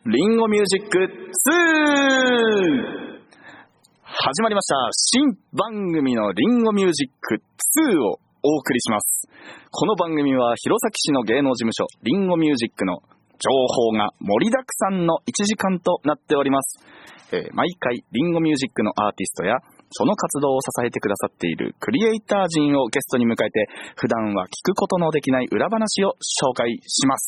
リンゴミュージック2始まりました。新番組のリンゴミュージック2をお送りします。この番組は弘前市の芸能事務所リンゴミュージックの情報が盛りだくさんの1時間となっております。毎回リンゴミュージックのアーティストやその活動を支えてくださっているクリエイター陣をゲストに迎えて、普段は聞くことのできない裏話を紹介します。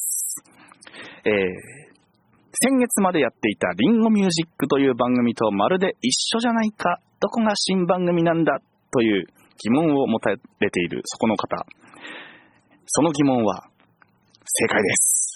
先月までやっていたリンゴミュージックという番組とまるで一緒じゃないか、どこが新番組なんだという疑問を持たれているそこの方、その疑問は正解です。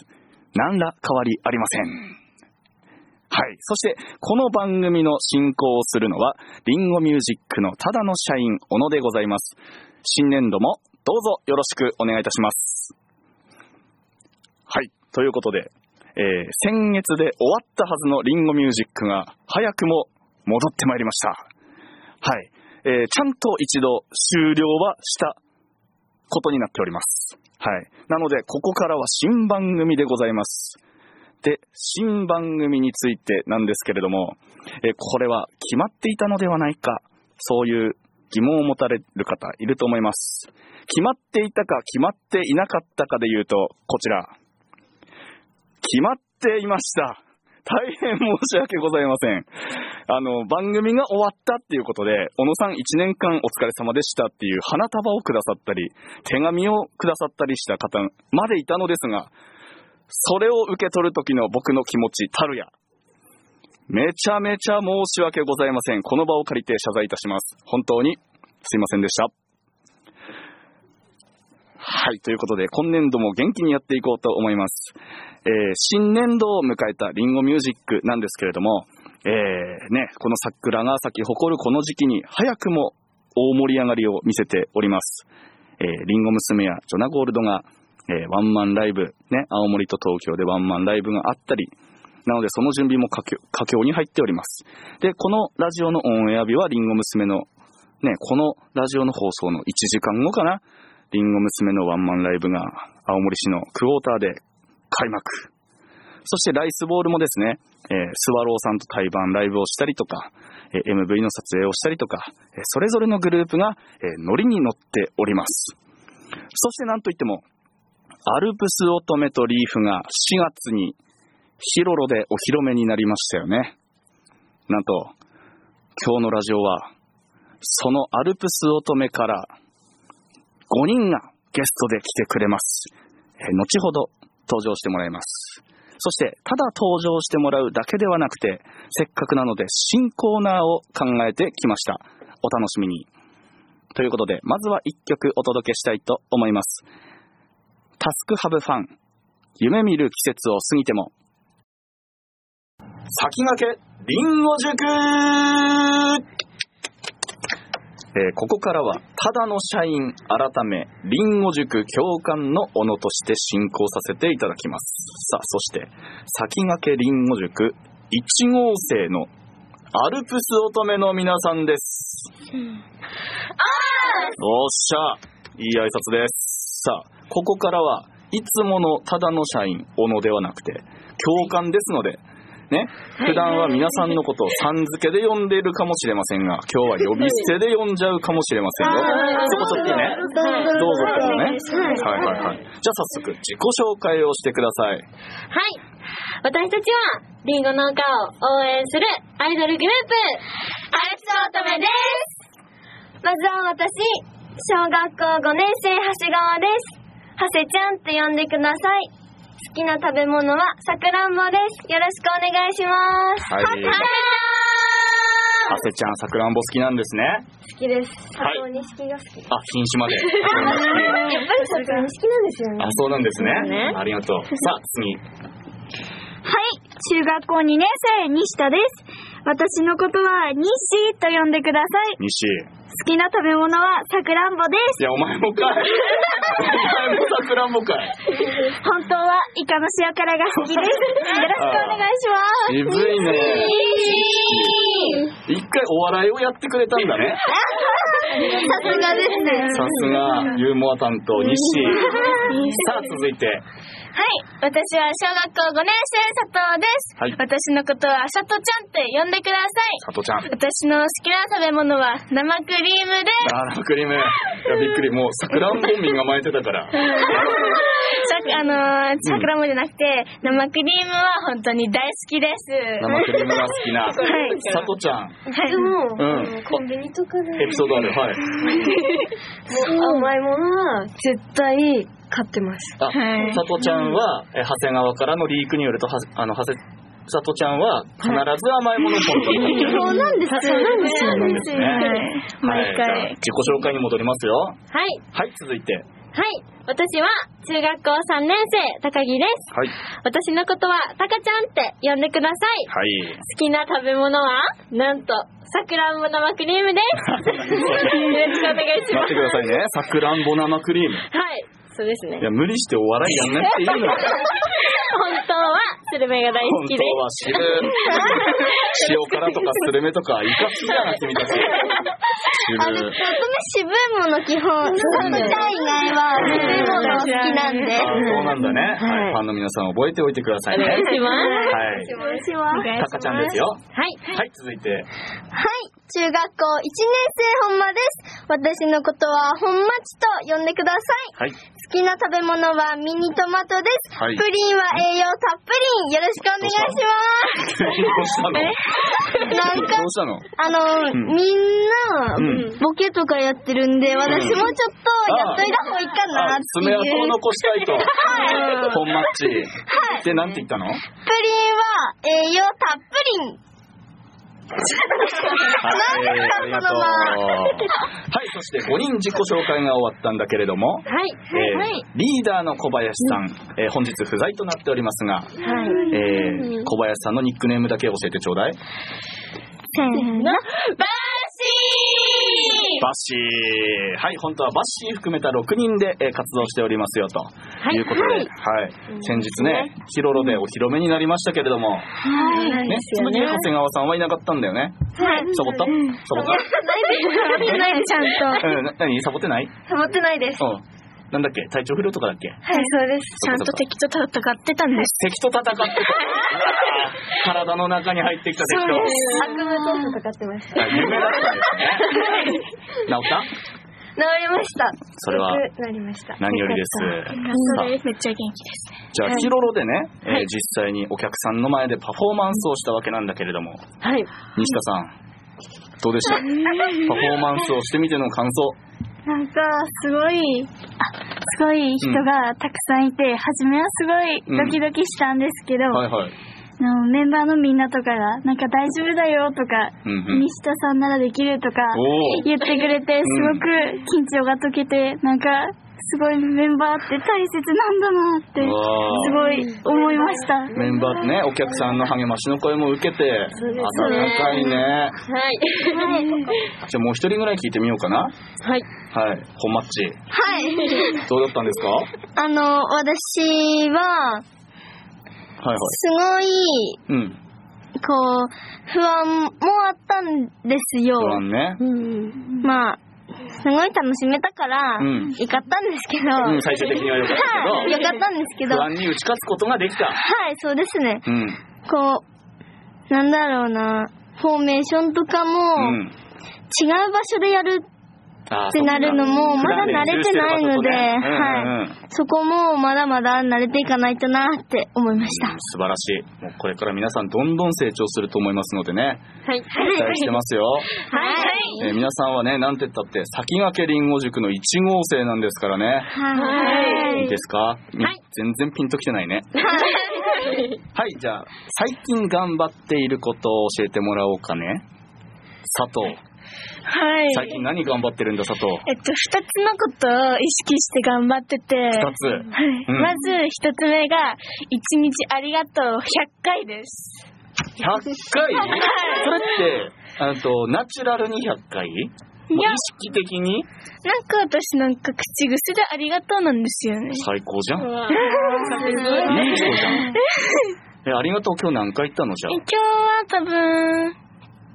何ら変わりありません。はい。そしてこの番組の進行をするのはリンゴミュージックのただの社員小野でございます。新年度もどうぞよろしくお願いいたします。はい。ということで先月で終わったはずのリンゴミュージックが早くも戻ってまいりました。はい、ちゃんと一度終了はしたことになっております。はい。なのでここからは新番組でございます。で、新番組についてなんですけれども、これは決まっていたのではないか、そういう疑問を持たれる方いると思います。決まっていたか決まっていなかったかでいうと、こちら決まっていました。大変申し訳ございません。番組が終わったっていうことで、小野さん1年間お疲れ様でしたっていう花束をくださったり、手紙をくださったりした方までいたのですが、それを受け取る時の僕の気持ちたるや、めちゃめちゃ申し訳ございません。この場を借りて謝罪いたします。本当にすいませんでした。はい、ということで今年度も元気にやっていこうと思います。新年度を迎えたリンゴミュージックなんですけれども、この桜が咲き誇るこの時期に早くも大盛り上がりを見せております。リンゴ娘やジョナゴールドが、ワンマンライブ、青森と東京でワンマンライブがあったり、なのでその準備も佳境に入っております。で、このラジオのオンエア日はリンゴ娘の、このラジオの放送の1時間後かな、リンゴ娘のワンマンライブが青森市のクォーターで開幕。そしてライスボールもですね、スワローさんと対バンライブをしたりとか、MV の撮影をしたりとか、それぞれのグループが、ノリに乗っております。そしてなんといってもアルプス乙女とリーフが4月にヒロロでお披露目になりましたよね。なんと今日のラジオはそのアルプス乙女から5人がゲストで来てくれます。後ほど登場してもらいます。そしてただ登場してもらうだけではなくて、せっかくなので新コーナーを考えてきました。お楽しみに。ということでまずは1曲お届けしたいと思います。タスクハブファン、夢見る季節を過ぎても。先駆けリンゴ塾。ここからはただの社員改めリンゴ塾教官の小野として進行させていただきます。さあ、そして先駆けリンゴ塾1号生のアルプス乙女の皆さんです。おっしゃ、いい挨拶です。さあ、ここからはいつものただの社員小野ではなくて教官ですので普段は皆さんのことをさん付けで呼んでいるかもしれませんが、今日は呼び捨てで呼んじゃうかもしれませんよ。そこちょっとね、どうぞってことね。はい。じゃあ早速自己紹介をしてください。 はい。私たちはリンゴ農家を応援するアイドルグループアルプス乙女です。まずは私、小学校5年生長谷川です。長谷ちゃんと呼んでください。好きな食べ物はさくらんぼです。よろしくお願いします。 はい。長谷ちゃんさくらんぼ好きなんですね。 好きです。佐藤錦が好き。 あ、品種まで。 やっぱりさくらんぼ好きなんですよね。 あ、そうなんですね。ありがとう。さあ次。 はい、中学校2年生西田です。私のことは西と呼んでください。 西。 好きな食べ物はさくらんぼです。 いや、お前もかい。お前もさくらんぼかい。 本当はイカの塩辛が好きです。よろしくお願いします。 渋いね。一回お笑いをやってくれたんだね。 さすがですね。 さすがユーモア担当西。さあ続いて。 私は小学校5年生佐藤です。 はい。 私のことはさとちゃんって呼んでください。 さとちゃん。 私の好きな食べ物は生クリームです。 生クリーム。いや、びっくり。もう、さくらんぼ民が巻いてたから。 さくらんぼじゃなくて、生クリームは本当に大好きです。 生クリームが好きな。さとちゃん。 でも、コンビニとかで。 エピソードある。はい。 甘いものは絶対買ってます。 さとちゃんは、長谷川からのリークによると、さとちゃんは必ず甘いものを本当にそうなんです。そうなんですよね。 毎回。自己紹介に戻りますよ。 はい。 はい、続いて。 はい。私は中学校3年生、高木です。 はい。 私のことはたかちゃんって呼んでください。はい。好きな食べ物はなんとさくらんぼ生クリームです。よろしくお願いします。 待ってくださいね。さくらんぼ生クリーム。 はい。そうですね。 いや、無理してお笑いやんなくていいの。 本当はスルメが大好きです。 本当は塩辛とかスルメとかいかついやな、君たち。 渋いもの基本、さとちゃん以外は渋いもの好きなんで。 そうなんだね。はい。ファンの皆さん覚えておいてくださいね。 お願いします。 はい。 お願いします。 たかちゃんですよ。 はい。 はい、続いて。 はい。中学校1年生本間です。私のことは本町と呼んでください。はい。好きな食べ物はミニトマトです。はい。プリンは栄養たっぷり。よろしくお願いします。 どうしたの？ なんか、 どうしたの？ みんな、ボケとかやってるんで、私もちょっとやっといた方がいいかなっていう。 爪痕を残したいと。はい。本マッチ。はい。で、なんて言ったの？プリンは栄養たっぷり。 はい、ありがとう。はい、そして5人自己紹介が終わったんだけれども、はい、リーダーの小林さん、本日不在となっておりますが、小林さんのニックネームだけ教えてちょうだい。 せーの、バッシー。 バッシー。はい、本当はバッシー含めた6人で活動しておりますよということで、はい、先日ね、ヒロロでお披露目になりましたけれども、ね、その時長谷川さんはいなかったんだよね。はい。サボった？サボってないで、ちゃんと。何？サボってない？ サボってないです。 なんだっけ、体調不良とかだっけ？ はい、そうです。ちゃんと敵と戦ってたんです。 敵と戦ってた。体の中に入ってきた敵と。 悪夢と戦ってました。 夢だったんですね。治った？ 治りました。 それは何よりです。 めっちゃ元気ですね。 じゃあヒロロでね、実際にお客さんの前でパフォーマンスをしたわけなんだけれども、はい。西田さん、どうでした？パフォーマンスをしてみての感想。 なんかすごい人がたくさんいて、初めはすごいドキドキしたんですけど、 はいはい。 メンバーのみんなとかがなんか大丈夫だよとか、西田さんならできるとか言ってくれて、すごく緊張が解けて、なんかすごいメンバーって大切なんだなってすごい思いました。 メンバーね、お客さんの励ましの声も受けて、温かいね。はい。じゃあもう一人ぐらい聞いてみようかな。はい。はい。本マッチ。はい。どうだったんですか？ 私はすごい、こう不安もあったんですよ。 不安ね。 まあすごい楽しめたから、よかったんですけど、 最終的にはよかったけど、 よかったんですけど、 不安に打ち勝つことができた。 はい、そうですね。こうなんだろうな、フォーメーションとかも、違う場所でやるってなるのもまだ慣れてないので、はい、そこもまだまだ慣れていかないとなって思いました。 素晴らしい。もうこれから皆さんどんどん成長すると思いますのでね、はい、期待してますよ。はい、皆さんはね、なんて言ったって先駆けりんご塾の1号生なんですからね。はい。いいですか？はい。全然ピンときてないね。はい、じゃあ最近頑張っていることを教えてもらおうかね。佐藤。はい。最近何頑張ってるんだ、佐藤。 2つのことを意識して頑張ってて。2 つ。はい。 まず1つ目が、1日ありがとう100回です。 100回？それって、ナチュラルに100回？意識的に？ なんか私なんか口癖でありがとうなんですよね。 最高じゃん。いい人じゃん。ありがとう今日何回言ったのじゃあ？ 今日は多分、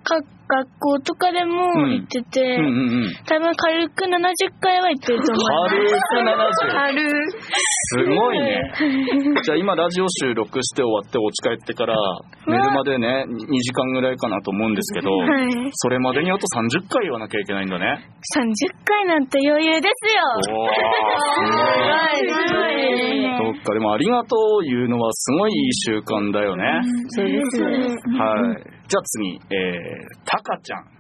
学校とかでも行ってて、多分軽く70回は行ってると思います。 軽く 70？ すごいね。じゃあ今ラジオ収録して終わってお家帰ってから寝るまでね2時間ぐらいかなと思うんですけど、それまでにあと30回言わなきゃいけないんだね。 30回なんて余裕ですよ。 おー、すごい。そっか、でもありがとう言うのはすごいいい習慣だよね。 そうですね。 はい。じゃあ次、タカちゃん。 はい。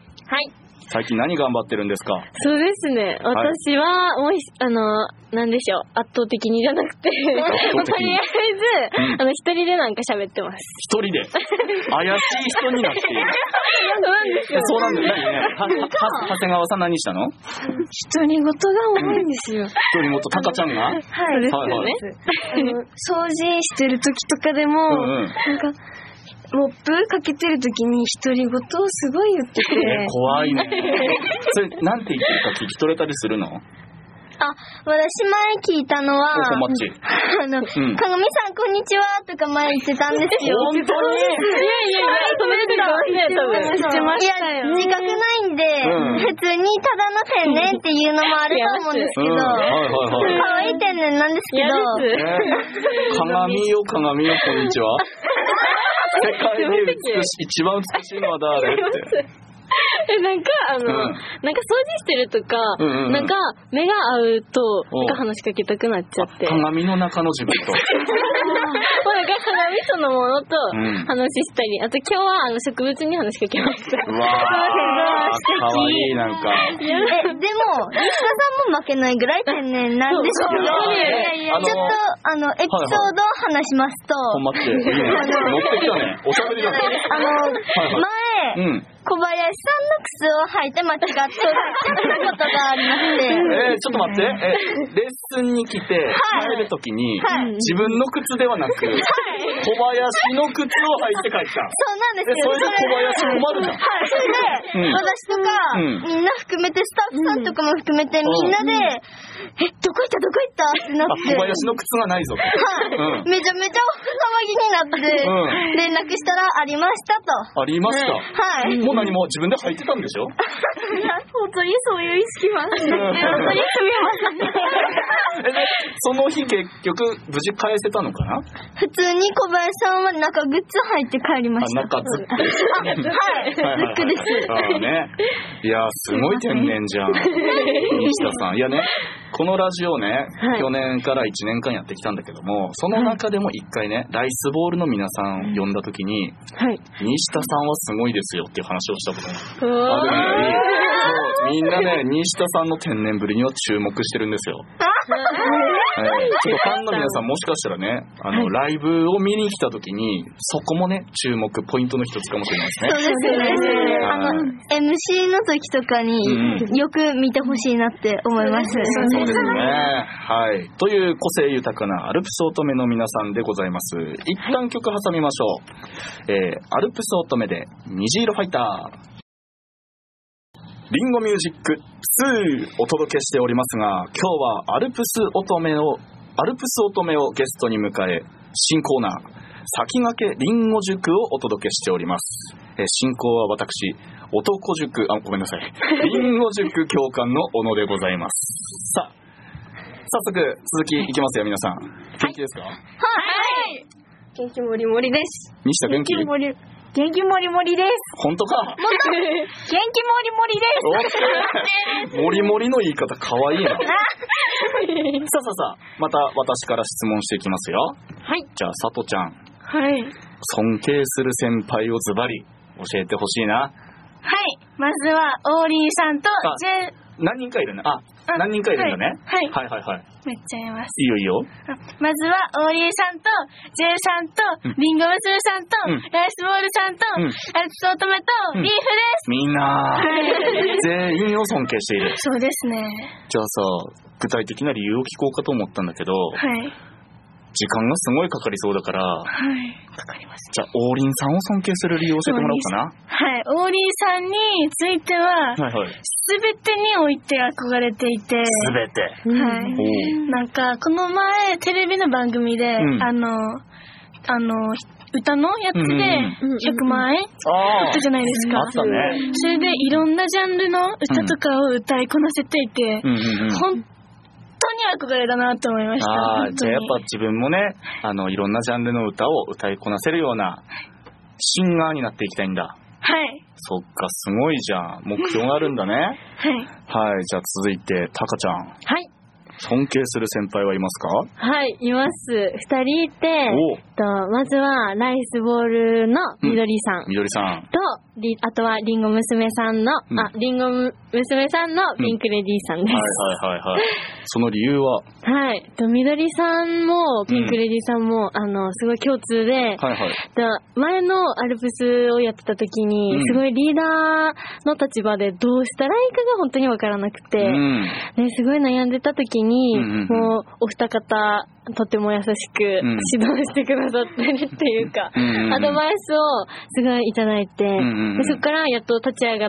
最近何頑張ってるんですか？ そうですね。私は、もう、なんでしょう。圧倒的にじゃなくて、とりあえず、一人でなんか喋ってます。 一人で怪しい人になっている。 そうなんですよ。 そうなんですね。長谷川さん何したの？ 独り言が多いんですよ。 独り言、タカちゃんが？ はい。そうですよね。掃除してる時とかでも、なんか、モップかけてる時に独り言をすごい言ってて。 怖いね。それなんて言ってるか聞き取れたりするの？ 私前聞いたのは、 かがみさんこんにちはとか前言ってたんですよ。 本当に？ いや、止めてたね、多分。いや、自覚ないんで、普通にただの天然っていうのもあると思うんですけど、可愛い天然なんですけど。 鏡よ、こんにちは。世界で一番美しいのは誰って。 なんか掃除してるとか、なんか目が合うとなんか話しかけたくなっちゃって、 鏡の中の自分となんか鏡そのものと話したり、あと今日は植物に話しかけました。 うわー、かわいい。なんかでも西田さんも負けないぐらい天然なんですよ。ちょっとエピソードを話しますと、 待って、いいね、乗ってきたね、おしゃべりだね。 前、小林さんの靴を履いて間違って帰ったことがありまして。 ちょっと待って、レッスンに来て帰るときに、自分の靴ではなく、小林の靴を履いて帰った。 そうなんですよ。 それで小林困るじゃん。 それで、私とか、みんな含めて、スタッフさんとかも含めて、みんなで、どこ行ったってなって。 小林の靴がないぞと。 めちゃめちゃ騒ぎになって、連絡したらありましたと。 ありました。 はい。 もう何も自分で履いてたんでしょ？ 本当にそういう意識は。本当にすみません。 その日結局無事返せたのかな？ 普通に小林さんは中グッズ履いて帰りました。 中ズック。 はい、ズックです。 ね。いや、すごい天然じゃん。西田さん。いやね、このラジオね、去年から1年間やってきたんだけども、その中でも1回ね、ライスボールの皆さん呼んだ時に、西田さんはすごいですよっていう話をしたことがあるぐらい、みんなね、西田さんの天然ぶりには注目してるんですよ。ちょっとファンの皆さんもしかしたらね、ライブを見に来た時にそこもね、注目ポイントの一つかもしれないですね。 そうですよね。MC の時とかによく見てほしいなって思います。 そうですね。はい。という個性豊かなアルプス乙女の皆さんでございます。一旦曲挟みましょう。アルプス乙女で虹色ファイター。リンゴミュージック2お届けしておりますが、今日はアルプス乙女をゲストに迎え、新コーナー先駆けリンゴ塾をお届けしております。進行は私男塾ごめんなさいリンゴ塾教官の小野でございます。さあ、早速続きいきますよ。皆さん元気ですか？はい、 元気もりもりです。 西田元気もりもりです。 本当か？ 元気もりもりです。 もりもりの言い方かわいいな。さあ、また私から質問していきますよ。はい。じゃあさとちゃん。 はい。 尊敬する先輩をズバリ教えてほしいな。 はい。まずは王林さんと何人かいるね。何人かいるんだね。はい。 めっちゃいます。 いいよいいよ。 まずは王林さんと J さんとリンゴ娘さんとライスボールさんとアルプス乙女とビーフです。 みんな全員を尊敬している。 そうですね。 じゃあさ、具体的な理由を聞こうかと思ったんだけど、時間がすごいかかりそうだから、 かかります。 じゃあ王林さんを尊敬する理由を教えてもらおうかな。 はい。王林さんについては、すべてにおいて憧れていて。 すべて。 はい。なんかこの前テレビの番組で、 歌のやつで100万円あったじゃないですか。 あったね。 それでいろんなジャンルの歌とかを歌いこなせていて、本当に憧れだなと思いました。 じゃあやっぱ自分もね、いろんなジャンルの歌を歌いこなせるようなシンガーになっていきたいんだ。 はい。 そっか、すごいじゃん。目標があるんだね。はい。はい、じゃあ続いてタカちゃん。 はい。 尊敬する先輩はいますか？ はい、います。2人いて、まずはライスボールのみどりさん。 みどりさん。 と、あとはリンゴ娘さんの、リンゴ娘さんのピンクレディーさんです。 はい。その理由は？ はい。みどりさんもピンクレディーさんも、すごい共通で、前のアルプスをやってた時に、すごいリーダーの立場でどうしたらいいかが本当にわからなくて、すごい悩んでた時に、もうお二方、とても優しく指導してくださってるっていうか、アドバイスをすごいいただいて、でそこからやっと立ち上がって、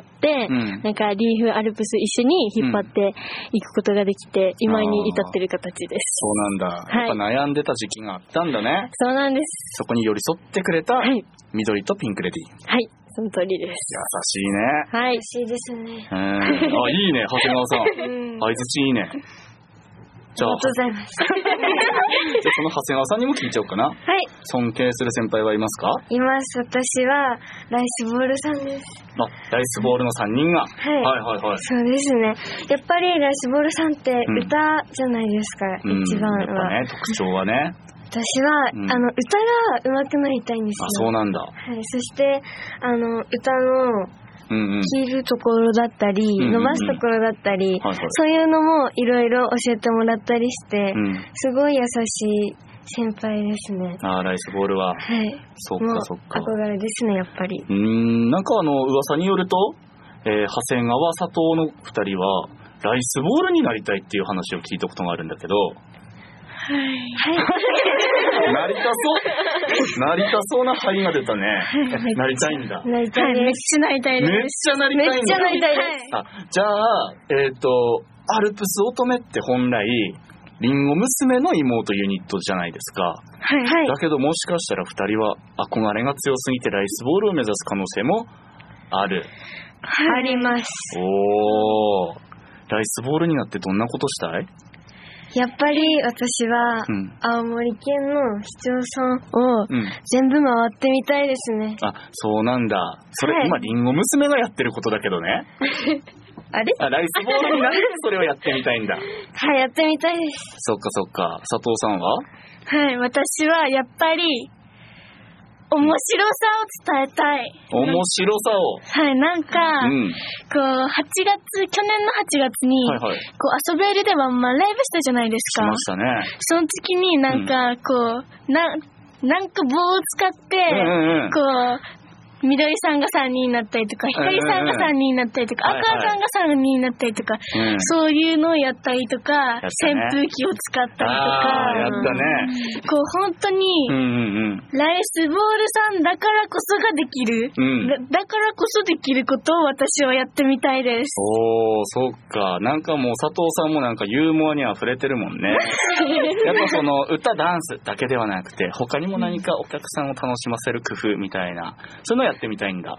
なんかリーフアルプス一緒に引っ張っていくことができて、今に至ってる形です。 そうなんだ。やっぱ悩んでた時期があったんだね。 そうなんです。 そこに寄り添ってくれた緑とピンクレディ。 はい、その通りです。 優しいね。 はい。 優しいですね。 いいね、長谷川さん。相づちいいね。 ありがとうございます。 じゃあその長谷川さんにも聞いちゃおうかな。 はい。 尊敬する先輩はいますか？ います。私はライスボールさんです。 ライスボールの3人が。はい。 そうですね。やっぱりライスボールさんって歌じゃないですか、一番は。 やっぱね、特徴はね。 私は、歌が上手くなりたいんですよ。 そうなんだ。 はい。そして、歌の、切るところだったり、伸ばすところだったり、そういうのもいろいろ教えてもらったりして、すごい優しい先輩ですね。 ライスボールは。 はい。 そっか。 憧れですね、やっぱり。 なんか噂によると、長谷川佐藤の2人はライスボールになりたいっていう話を聞いたことがあるんだけど。 はい。 なりたそうな肺が出たね。なりたいんだ。 なりたいです。 めっちゃなりたいです。 めっちゃなりたいんだ。 めっちゃなりたいです。 じゃあ、アルプス乙女って本来、リンゴ娘の妹ユニットじゃないですか。 はい。 だけどもしかしたら2人は憧れが強すぎてライスボールを目指す可能性もある。 あります。 ライスボールになってどんなことしたい？ やっぱり私は青森県の市町村を全部回ってみたいですね。 そうなんだ。それ、今リンゴ娘がやってることだけどね。 あれ？ ライスボールになってそれをやってみたいんだ。 はい、やってみたいです。 そっか。佐藤さんは？ はい、私はやっぱり面白さを伝えたい。 面白さを。 はい、なんか、去年の8月に、遊べるではライブしたじゃないですか。 しましたね。 その時になんか、なんか棒を使って、みどりさんが3人になったりとか、ひかりさんが3人になったりとか、あかんさんが3人になったりとか、そういうのをやったりとか、扇風機を使ったりとか、 やったね。 本当に、ライスボールさんだからこそができる、だからこそできることを私はやってみたいです。 そっか。なんかもう佐藤さんもなんかユーモアに溢れてるもんね。やっぱその歌、ダンスだけではなくて、他にも何かお客さんを楽しませる工夫みたいな、そういうのやってみたいんだ。 はい。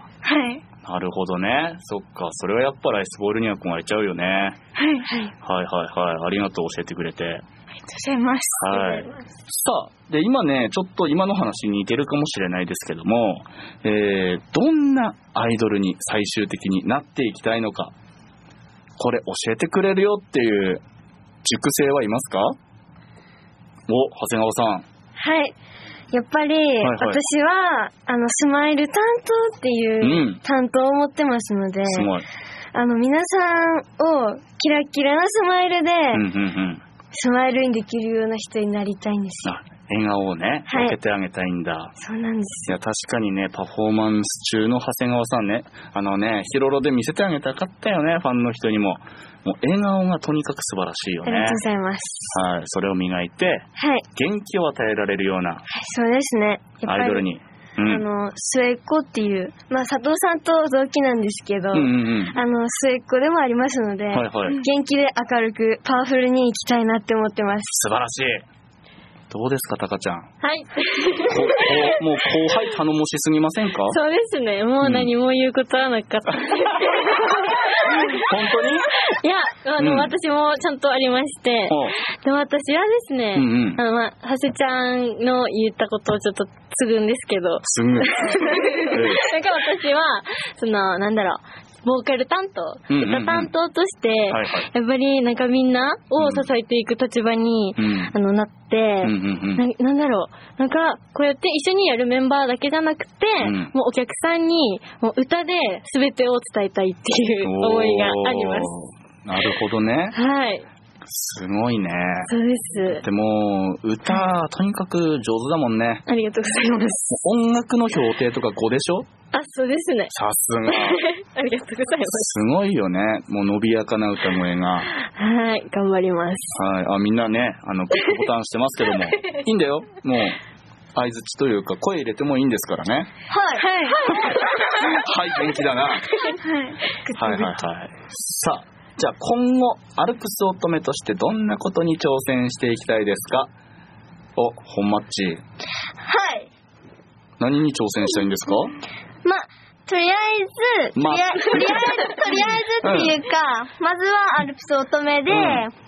なるほどね。そっか。それはやっぱライスボールには憧れちゃうよね。はい。ありがとう、教えてくれて。 ありがとうございます。 はい。さあ、で、今ね、ちょっと今の話に似てるかもしれないですけども、どんなアイドルに最終的になっていきたいのか、これ教えてくれるよっていう塾生はいますか？長谷川さん。 はい。やっぱり、私は、スマイル担当っていう担当を持ってますので、 すごい。 皆さんをキラキラなスマイルで、スマイルにできるような人になりたいんですよ。 笑顔をね、分けてあげたいんだ。 そうなんです。 いや、確かにね、パフォーマンス中の長谷川さんね、ヒロロで見せてあげたかったよね、ファンの人にも。もう笑顔がとにかく素晴らしいよね。 ありがとうございます。 はい、それを磨いて、元気を与えられるような、 そうですね。 アイドルに。 末っ子っていう、佐藤さんと同期なんですけど、末っ子でもありますので、元気で明るくパワフルにいきたいなって思ってます。 素晴らしい。 どうですか、タカちゃん。 はい。 もう後輩頼もしすぎませんか？ そうですね。もう何も言うことはなかった。 本当に？ いや、私もちゃんとありまして。でも私はですね、はせちゃんの言ったことをちょっと継ぐんですけど。 継ぐ。なんか私は、なんだろう。ボーカル担当、歌担当として、やっぱりなんかみんなを支えていく立場に、なって、なんだろう、なんかこうやって一緒にやるメンバーだけじゃなくて、もうお客さんにもう歌で全てを伝えたいっていう思いがあります。 なるほどね。 はい。 すごいね。 そうです。 でも歌とにかく上手だもんね。 ありがとうございます。 音楽の評定とか5でしょ？ あ、そうですね。 さすが。 ありがとうございます。 すごいよね。もう伸びやかな歌声が。 はい、頑張ります。 はい。みんなね、ボタンしてますけども、いいんだよ。もう相づちというか声入れてもいいんですからね。 はい。 はい、元気だな。はい。さあ、じゃあ今後アルプス乙女としてどんなことに挑戦していきたいですか？本マッチ。 はい。 何に挑戦したいんですか？ とりあえずっていうか、まずはアルプス乙女で、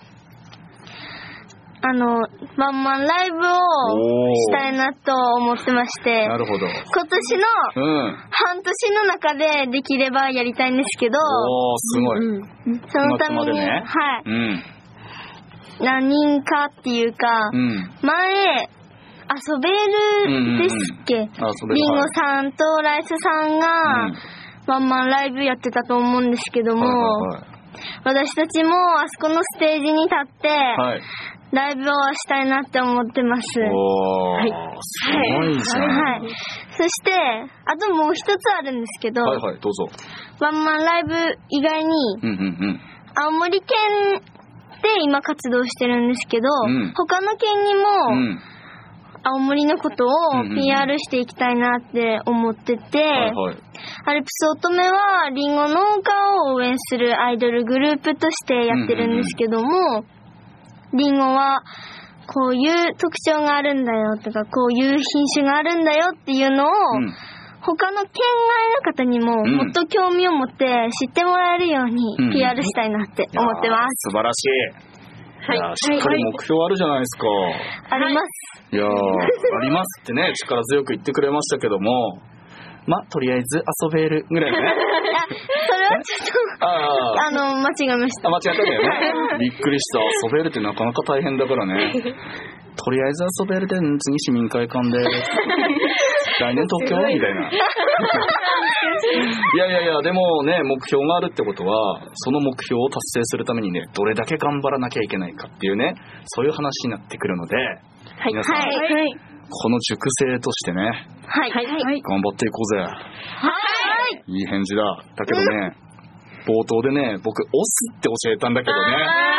ワンマンライブをしたいなと思ってまして、 なるほど。 今年の半年の中でできればやりたいんですけど、 すごい。 そのために、はい、何人かっていうか、前遊べるですっけ、リンゴさんとライスさんがワンマンライブやってたと思うんですけども、私たちもあそこのステージに立ってライブをしたいなって思ってます。 はい。すごいじゃん。 はい。そしてあともう一つあるんですけど、 はいはい、どうぞ。 ワンマンライブ以外に青森県で今活動してるんですけど、他の県にも青森のことを PR していきたいなって思ってて、アルプス乙女はリンゴ農家を応援するアイドルグループとしてやってるんですけども、リンゴはこういう特徴があるんだよとか、こういう品種があるんだよっていうのを、他の県外の方にももっと興味を持って知ってもらえるように PR したいなって思ってます。 素晴らしい。しっかり目標あるじゃないですか。 あります。 いやありますってね、力強く言ってくれましたけども、とりあえず遊べるぐらいね。 それはちょっと間違えました。 間違ったんだよね。びっくりした。遊べるってなかなか大変だからね。とりあえず遊べるで、次市民会館で来年東京みたいな。いやでもね、目標があるってことはその目標を達成するためにね、どれだけ頑張らなきゃいけないかっていうね、そういう話になってくるので、皆さん、この塾生としてね、頑張っていこうぜ。いい返事だ。だけどね、冒頭でね、僕押すって教えたんだけどね。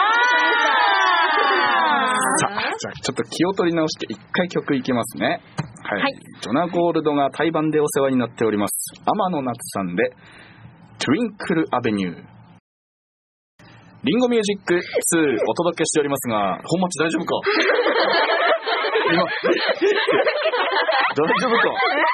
じゃあちょっと気を取り直して一回曲いきますね。ジョナゴールドが対バンでお世話になっております天野夏さんでトゥインクルアベニュー。リンゴミュージック2お届けしておりますが、本町大丈夫か？今大丈夫か？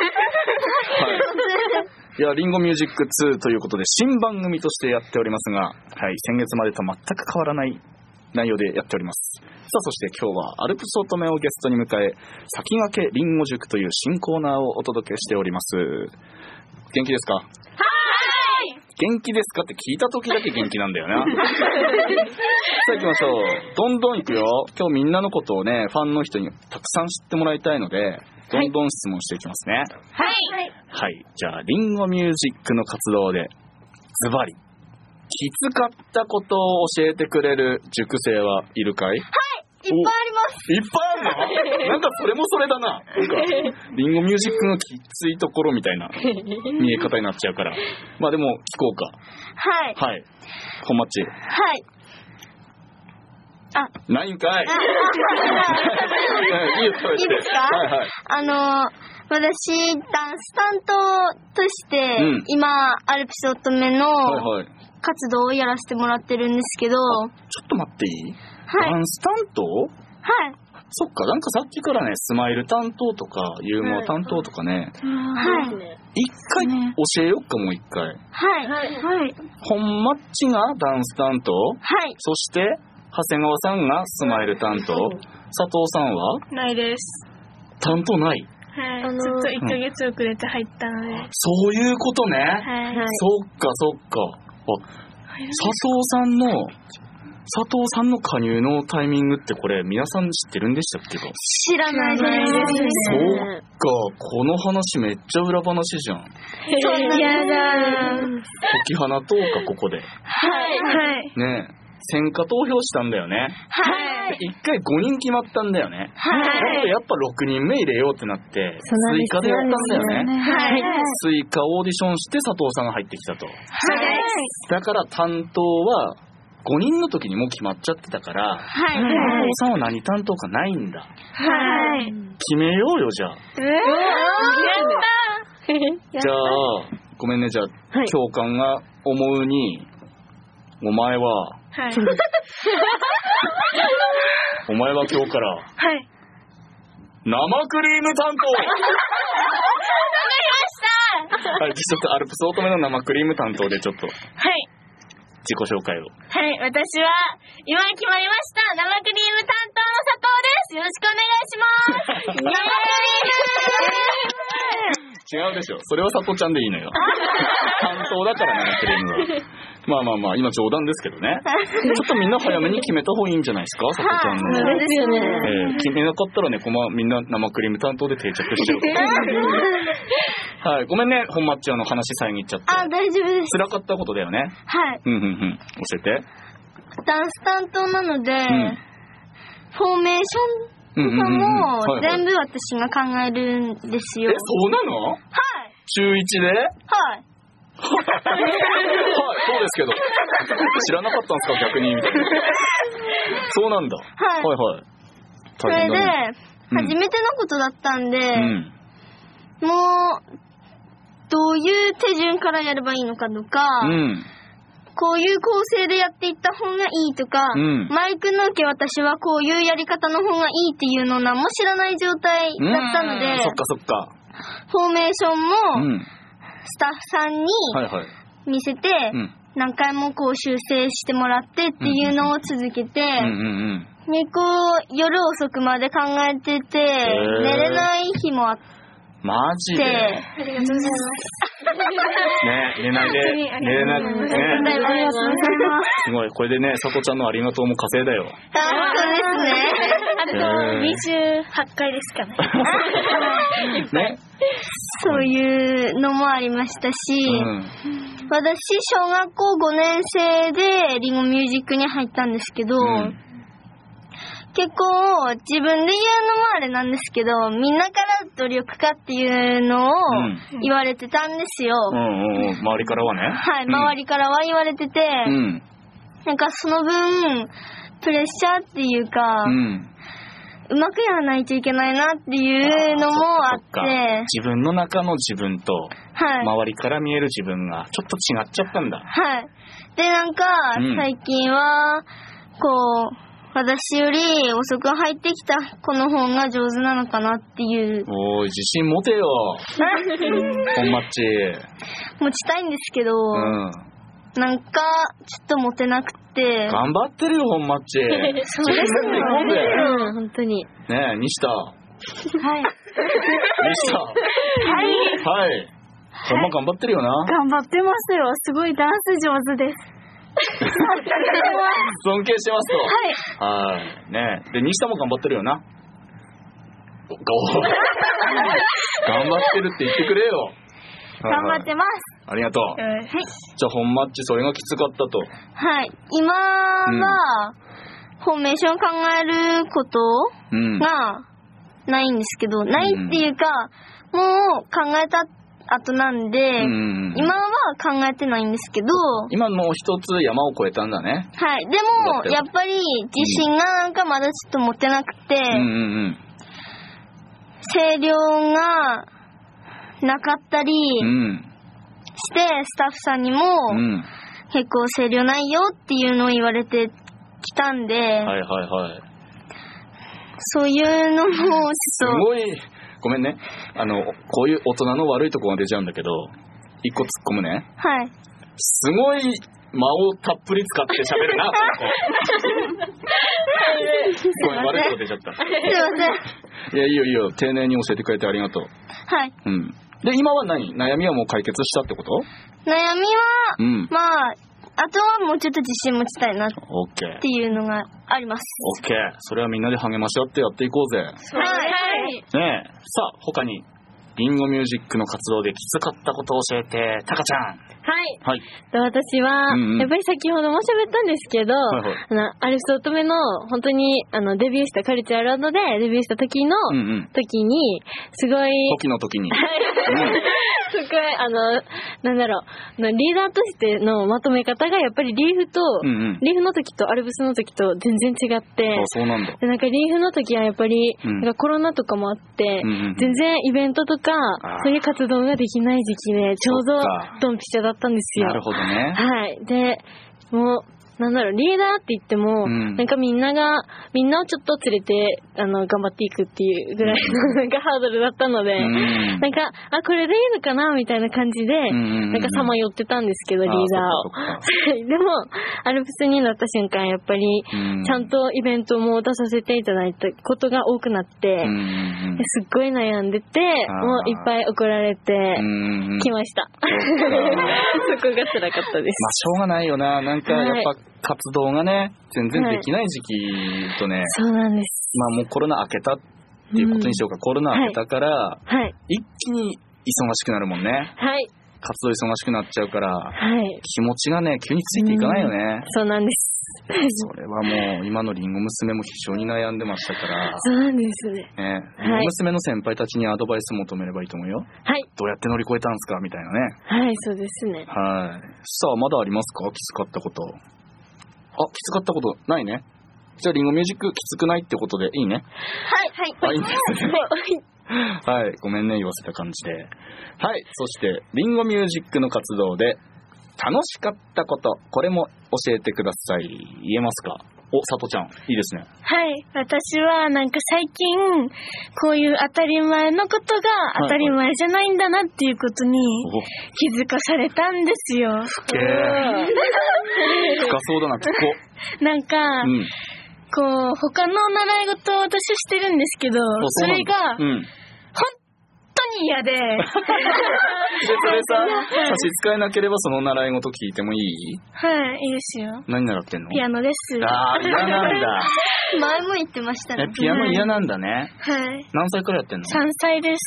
いや、リンゴミュージック2ということで新番組としてやっておりますが、先月までと全く変わらない内容でやっております。さあ、そして今日はアルプス乙女をゲストに迎え、先駆けリンゴ塾という新コーナーをお届けしております。元気ですか？元気ですかって聞いた時だけ元気なんだよな。さあ行きましょう。どんどん行くよ。今日みんなのことをね、ファンの人にたくさん知ってもらいたいので、どんどん質問していきますね。じゃあリンゴミュージックの活動でズバリきつかったことを教えてくれる塾生はいるかい？ いっぱいあります。 いっぱいあるの？なんかそれもそれだな。なんかリンゴミュージックのきついところみたいな見え方になっちゃうから。でも聞こうか。本マッチ。ないんかい。いいですか？私ダンス担当として、今アルプス乙女の活動をやらせてもらってるんですけど、 ちょっと待っていい？ダンス担当？ そっか、なんかさっきからね、スマイル担当とか、ユーモア担当とかね、 はい。 一回教えよっか、もう一回。 はい。はい。 本マッチがダンス担当、 はい。 そして、長谷川さんがスマイル担当、佐藤さんはないです。 担当ない。 はい。ちょっと1ヶ月遅れて入ったので。 そういうことね。 はい。 そっか、そっか。佐藤さんの加入のタイミングってこれ皆さん知ってるんでしたっけか？ 知らないです。 そっか、この話めっちゃ裏話じゃん。 やだ。 解き放とうか、ここで。 はい。 ねえ。選果投票したんだよね。 はい。 一回5人決まったんだよね。 はい。 やっぱ6人目入れようってなって、追加でやったんだよね。 はい。 追加オーディションして佐藤さんが入ってきたと。 はい。 だから担当は5人の時にもう決まっちゃってたから、 はい。 佐藤さんは何担当かないんだ。 はい。 決めようよ、じゃあ。 やったじゃあ、ごめんね、じゃあ、教官が思うに、お前は、 はい。 お前は今日から、 はい。 生クリーム担当。 わかりました。 はい、ちょっとアルプス乙女の生クリーム担当でちょっと、 はい。 自己紹介を。 はい、私は、今決まりました、生クリーム担当の佐藤です。よろしくお願いします。生クリーム違うでしょ。それは佐藤ちゃんでいいのよ。担当だから生クリームは。まあまあまあ、今冗談ですけどね。ちょっとみんな早めに決めた方がいいんじゃないですか、佐藤ちゃんの。 そうですよね。 決めなかったらね、みんな生クリーム担当で定着しちゃう。はい、ごめんね、本マッチ話遮っちゃって。 あ、大丈夫です。 辛かったことだよね。 はい。 教えて。 ダンス担当なので、フォーメーションとかも全部私が考えるんですよ。 そうなの？はい。中1で？はい。はい、そうですけど。知らなかったんですか、逆にみたいな。そうなんだ。はい。はいはい。 それで、初めてのことだったんで、もう、どういう手順からやればいいのかとか、こういう構成でやっていった方がいいとか、マイクの受け私はこういうやり方の方がいいっていうのを何も知らない状態だったので、 そっかそっか。 フォーメーションも、スタッフさんに見せて、何回もこう修正してもらってっていうのを続けて、で、こう、夜遅くまで考えてて、寝れない日もあって、 マジで？ありがとうございます。ね、寝ないで、寝れなくてね。すごい、これでね、佐藤ちゃんのありがとうも稼いだよ。 そうですね。 あと28回ですかね。 ね。 そういうのもありましたし、私、小学校5年生でリンゴミュージックに入ったんですけど、結構自分で言うのもあれなんですけど、みんなから努力家っていうのを言われてたんですよ。 周りからはね。 はい、周りからは言われてて、なんかその分、プレッシャーっていうか、うまくやらないといけないなっていうのもあって、 自分の中の自分と、周りから見える自分がちょっと違っちゃったんだ。 はい。で、なんか、最近は、こう、私より遅く入ってきた子の方が上手なのかなっていう。 おーい、自信持てよ。本マッチ。 持ちたいんですけど、なんか、ちょっと持てなくて。 頑張ってるよ、本マッチ。 そうですね。本当に。 ねえ、西田。はい。西田。 はい。 はい。ほんま頑張ってるよな。 頑張ってますよ。すごいダンス上手です。 尊敬してますと。はい。はい。ねで、西田も頑張ってるよな。頑張ってるって言ってくれよ。 頑張ってます。 ありがとう。はい。じゃあ、本マッチそれがきつかったと。 はい。今は、フォーメーション考えることがないんですけど、ないっていうか、もう考えた後なんで、今は考えてないんですけど、 今もう一つ山を越えたんだね。 はい。でも、やっぱり自信がなんかまだちょっと持ってなくて、声量がなかったりして、スタッフさんにも、結構声量ないよっていうのを言われてきたんで、 そういうのもちょっとすごいごめんね、こういう大人の悪いとこが出ちゃうんだけど、一個突っ込むね。 はい。 すごい間をたっぷり使って喋るな。ごめん、悪いとこ出ちゃった。すいません。いや、いいよいいよ、丁寧に教えてくれてありがとう。 はい。 うん。で、今は悩みはもう解決したってこと？ 悩みは、まあ、あとはもうちょっと自信持ちたいなっていうのがあります。 オッケー。それはみんなで励まし合ってやっていこうぜ。はい。 はい。 ねえ、さあ、他に、リンゴミュージックの活動できつかったことを教えて、タカちゃん。 はい。 私は、やっぱり先ほども喋ったんですけど、アルフト乙女の本当にデビューしたカルチャーランドでデビューした時に、すごい時にすごいなんだろう、リーダーとしてのまとめ方がやっぱりリーフの時とアルブスの時と全然違って、 そうなんだ。 でなんかリーフの時はやっぱり、なんかコロナとかもあって、全然イベントとかそういう活動ができない時期でちょうどドンピシャだったんですよ。 なるほどね。 はい。で、もうなんだろう、リーダーって言っても、なんかみんなをちょっと連れて頑張っていくっていうぐらいのなんかハードルだったので、なんかこれでいいのかなみたいな感じで、なんかさまよってたんですけど、リーダーを。でもアルプスになった瞬間やっぱりちゃんとイベントも出させていただいたことが多くなって、すっごい悩んでて、もういっぱい怒られてきました。そこが辛かったです。 まあしょうがないよな。なんかやっぱ活動がね全然できない時期とね、 そうなんです。 まあもうコロナ明けたっていうことにしようか。コロナ明けたから、一気に忙しくなるもんね。 はい。 活動忙しくなっちゃうから、気持ちがね急についていかないよね。 そうなんです。 それはもう今のリンゴ娘も非常に悩んでましたから。 そうなんですね。 リンゴ娘の先輩たちにアドバイス求めればいいと思うよ。 はい。 どうやって乗り越えたんですかみたいなね。 はい、そうですね。 はい。さあまだありますか？きつかったこと。きつかったことないね。じゃあリンゴミュージックきつくないってことでいいね。 はい。 いいんですね。はい、ごめんね言わせた感じで。はい、そしてリンゴミュージックの活動で楽しかったこと、これも教えてください。言えますか？さとちゃん、いいですね。 はい、私はなんか最近こういう当たり前のことが当たり前じゃないんだなっていうことに気づかされたんですよ。 深そうだな、結構。 なんか、こう他の習い事を私してるんですけど、それが本当に嫌で。 それさ、差し支えなければその習い事聞いてもいい？ はい、いいですよ。 何習ってんの？ ピアノです。 嫌なんだ。 前も言ってましたね。 ピアノ嫌なんだね。 はい。 何歳からやってんの？ 3歳です。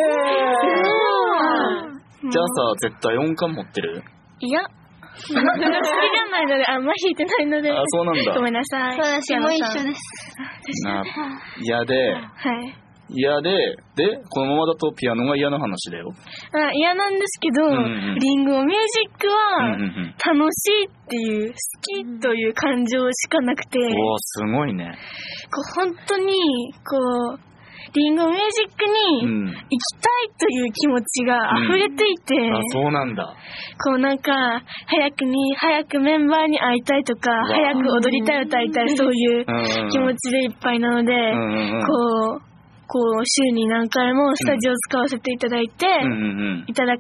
じゃあさ、絶対音感持ってる？ いや。好きじゃないので、あんま弾いてないので。 そうなんだ。 ごめんなさい。 私も一緒です。 嫌で。 はい。 嫌で、このままだとピアノが嫌な話だよ。 嫌なんですけど、リンゴミュージックは楽しいっていう、好きという感情しかなくて。 すごいね。 本当に、リンゴミュージックに行きたいという気持ちが溢れていて、 そうなんだ。 なんか早くメンバーに会いたいとか、早く踊りたい歌いたい、そういう気持ちでいっぱいなので、週に何回もスタジオ使わせていただいて、いただ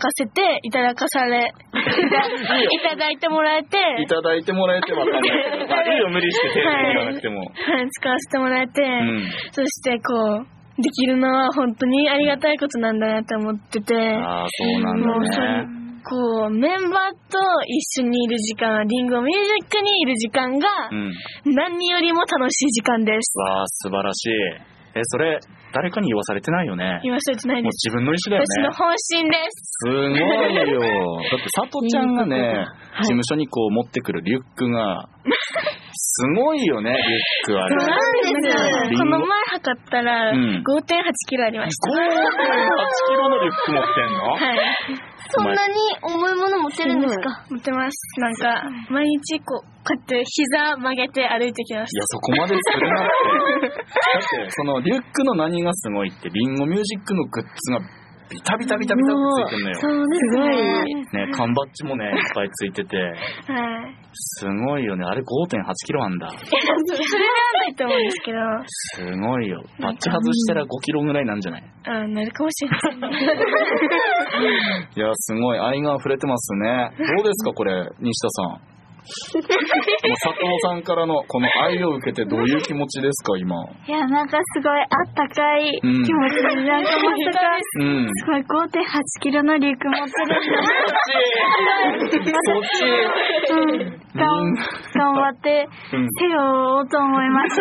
いてもらえてわかんないけど、いいよ、無理して手を振らなくても。 使わせてもらえて、そしてできるのは本当にありがたいことなんだなって思ってて、 そうなんだね。 メンバーと一緒にいる時間、リンゴミュージックにいる時間が何よりも楽しい時間です。 素晴らしい。それ誰かに言わされてないよね。 言わされてないです。 もう自分の意思だよね。 私の本心です。 すごいよ。だって佐藤ちゃんがね、事務所に持ってくるリュックがすごいよね。リュックあれ。 そうなんです。 この前測ったら 5.8 キロありました。 5.8キロのリュック持ってんの？ はい。 そんなに重いもの持ってるんですか？ 持ってます。なんか毎日こうやって膝曲げて歩いてきました。 いや、そこまでするなって。だってそのリュックの何がすごいって、リンゴミュージックのグッズがビタビタビタビタってついてんのよ。 そうですね。ね、缶バッジもね、いっぱいついてて。 はい。 すごいよね。あれ 5.8 キロあんだ。 それではないと思うんですけど。 すごいよ。バッジ外したら5キロぐらいなんじゃない？ なるかもしれませんね。 いや、すごい。愛が溢れてますね。どうですか、これ、西田さん。佐藤さんからのこの愛を受けてどういう気持ちですか、今。 いや、なんかすごいあったかい気持ちで、なんかまさか、すごい 5.8 キロのリュック持ってるんだ。 そっち。 頑張って背負おうと思いました。 い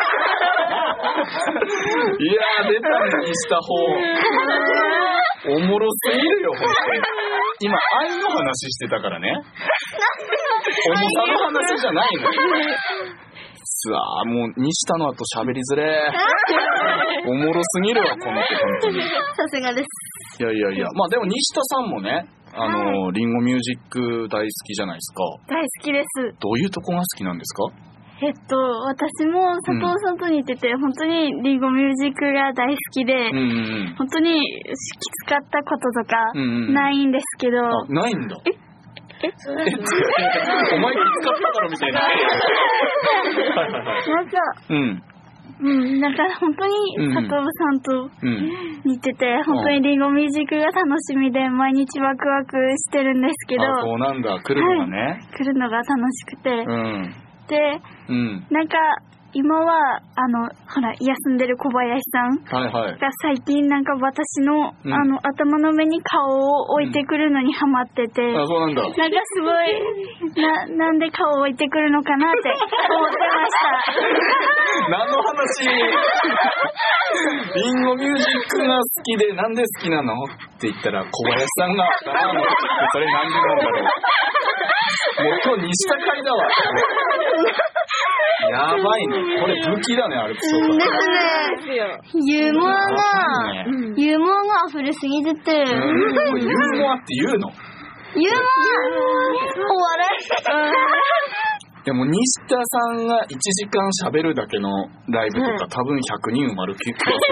やー、出たね、西田法。おもろすぎるよ、本当に。今、愛の話してたからね。重さの話じゃないのよ。さあ、もう西田の後喋りづれ。おもろすぎるわ、この子、本当に。 さすがです。 いやいやいや、まあでも西田さんもね、リンゴミュージック大好きじゃないですか。 大好きです。 どういうとこが好きなんですか？ 私も佐藤さんと似てて、本当にリンゴミュージックが大好きで、本当にきつかったこととかないんですけど。 ないんだ。お前きつかっただろみたいな。 なんか本当に佐藤さんと似てて、本当にリンゴミュージックが楽しみで毎日ワクワクしてるんですけど。 そうなんだ、来るのがね。 来るのが楽しくて。で、なんか今はほら休んでる小林さんが最近なんか私の頭の上に顔を置いてくるのにハマってて、 あ、そうなんだ。 なんかすごいなんで顔を置いてくるのかなって思ってました。 何の話？リンゴミュージックが好きでなんで好きなのって言ったら小林さんがそれなんでなんだろう。もう今日西田会だわ。やばいね。これ武器だね、アルプスオーパー。 ユーモアが溢れすぎてて。ユーモアって言うの？ ユーモアお笑い。 でも西田さんが1時間喋るだけのライブとか多分100人埋まる気がする。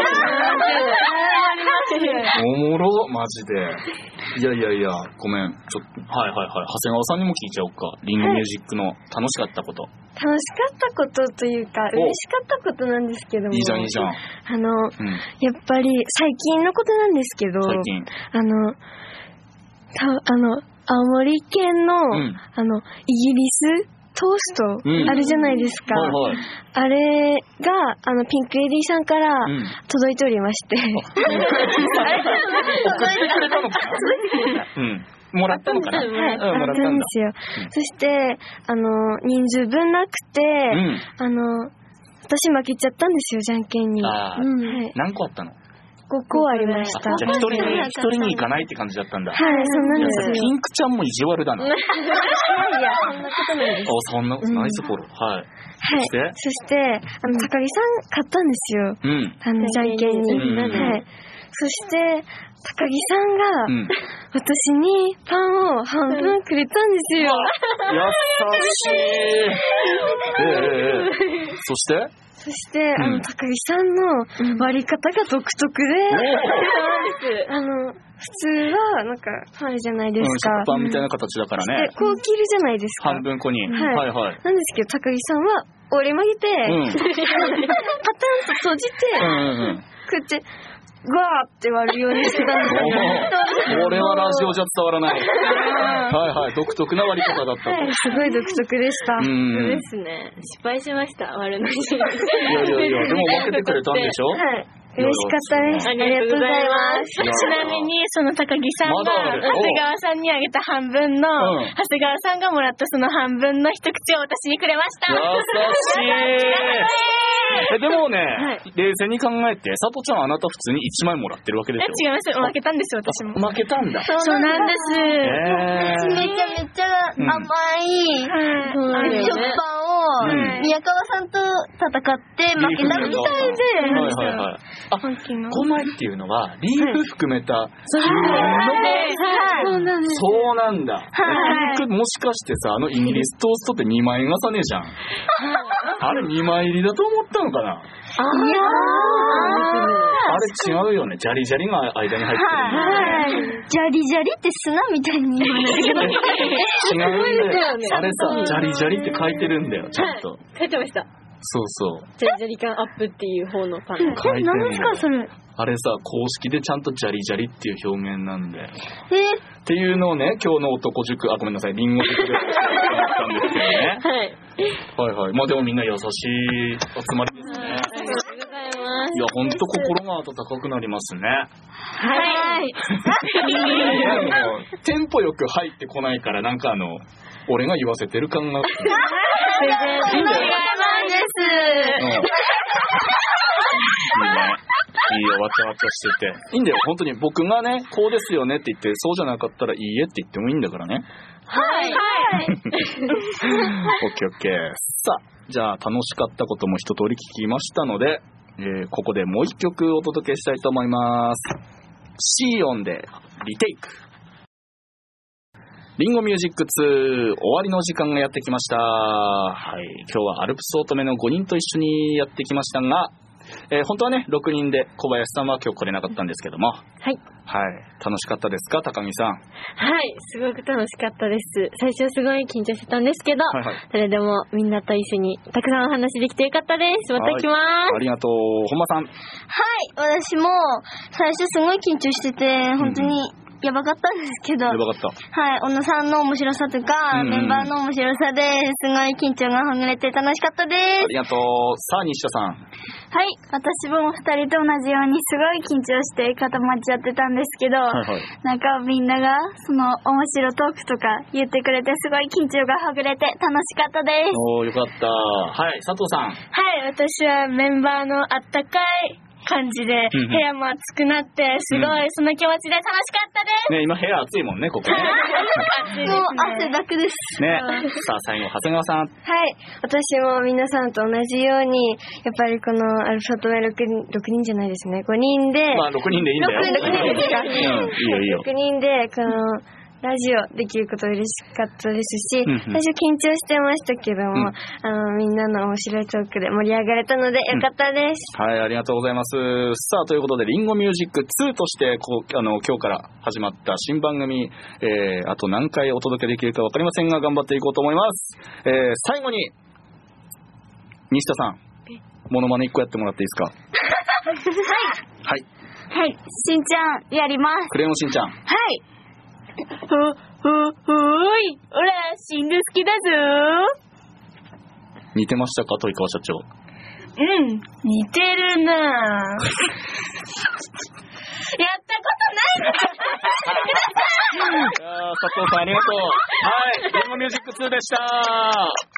おもろ、マジで。いや、ごめん。ちょっと、はい。長谷川さんにも聞いちゃおうか。リンゴミュージックの楽しかったこと。 楽しかったことというか、嬉しかったことなんですけども。 いいじゃん。 やっぱり最近のことなんですけど、 最近。 青森県の、イギリス、トーストあるじゃないですか。あれがピンクレディーさんから届いておりまして。 送ってくれたのかな？もらったのかな？はい、 もらったんですよ。そして人数分なくて、私負けちゃったんですよ、じゃんけんに。 何個あったの ？5個ありました。 じゃあ一人に行かないって感じだったんだ。 はい、そうなんですよ。 ピンクちゃんも意地悪だな。いや、 そんなことないです。 そんな、ナイスフォロー。はい。 そして、高木さん買ったんですよ。じゃんけんに。はい。そして、高木さんが、私にパンを半分くれたんですよ。 優しい。そして、 高木さんの割り方が独特で、普通はなんかあるじゃないですか。 食パンみたいな形だからね。 こう切るじゃないですか。 半分こに。 はい。なんですけど、高木さんは折り曲げて、パタンと閉じて、こうやって、ガーって割るようにしてたんですよ。 これはラジオじゃ伝わらない。独特な割り方だった。 すごい独特でした。 そうですね。失敗しました、割るのに。 いや、でも分けてくれたんでしょ？ はい。嬉しかったです。ありがとうございます。 ちなみに、その高木さんが長谷川さんにあげた半分の、長谷川さんがもらったその半分の一口を私にくれました。 優しい。でもね、冷静に考えて、佐藤ちゃんあなた普通に1枚もらってるわけでしょ？ 違います。負けたんですよ、私も。 負けたんだ。 そうなんです。 めちゃめちゃ甘い食パンを宮川さんと戦って負けたみたいで。 5枚っていうのはリーフ含めたそうなんだ。もしかしてさ、イギリストーストって2枚重ねじゃん。 あれ2枚入りだと思ったのかな。 いやあれ違うよね。ジャリジャリが間に入ってる、ね。 はい。ジャリジャリって砂みたいに言うんだけど。 違うんだよ。あれさ、ジャリジャリって書いてるんだよ、ちゃんと。 書いてました。 そうそう。 ジャリジャリ感アップっていう方のパン。 何ですかそれ。 あれさ、公式でちゃんとジャリジャリっていう表現なんで。っていうのをね、今日の男塾、ごめんなさい、リンゴ塾でやったんですけどね。はい。はいはい。まあでもみんな優しい集まりですね。 ありがとうございます。 いや、ほんと心が温かくなりますね。 はい。 テンポよく入ってこないから、なんか俺が言わせてる感が。 違います。 いいよ、わちゃわちゃしてて。いいんだよ、本当に僕がね、こうですよねって言って、そうじゃなかったらいいえって言ってもいいんだからね。 はい。 オッケーオッケー。さあ、じゃあ楽しかったことも一通り聞きましたので、ここでもう一曲お届けしたいと思います。シーオンでリテイク。リンゴミュージック2終わりの時間がやってきました。はい、今日はアルプス乙女の5人と一緒にやってきましたが、本当はね6人で小林さんは今日来れなかったんですけども、はい、楽しかったですか、高木さん。 はい、すごく楽しかったです。最初すごい緊張してたんですけど、それでもみんなと一緒にたくさんお話できてよかったです。また来ます。 ありがとう。本間さん。 はい、私も最初すごい緊張してて本当にやばかったんですけど、 やばかった。 はい、小野さんの面白さとか、メンバーの面白さですごい緊張がほぐれて楽しかったです。 ありがとう。さあ西田さん。 はい、私も2人と同じようにすごい緊張して固まっちゃってたんですけど、なんかみんながその面白トークとか言ってくれてすごい緊張がほぐれて楽しかったです。 おー、よかった。はい、佐藤さん。 はい、私はメンバーのあったかい感じで部屋も暑くなってすごいその気持ちで楽しかったです。 ね、今部屋暑いもんね、ここね。 もう汗だくです。 ね。さあ最後長谷川さん。 はい、私も皆さんと同じようにやっぱりこのアルファトメ6人じゃないですね、5人で。 まあ6人でいいんだよ。 6人ですか。 いいよいいよ。 6人でこのラジオできること嬉しかったですし、最初緊張してましたけども、みんなの面白いトークで盛り上がれたのでよかったです。 はい、ありがとうございます。さあということでリンゴミュージック2として今日から始まった新番組、あと何回お届けできるか分かりませんが頑張っていこうと思います。最後に西田さん、モノマネ1個やってもらっていいですか。はいはい、しんちゃんやります。 クレヨンしんちゃん。 はい。ほーい、オラシング好きだぞ。 似てましたか、豊川社長。 似てるなぁ。やったことない。 佐藤さんありがとう。はい、リンゴミュージック2でした。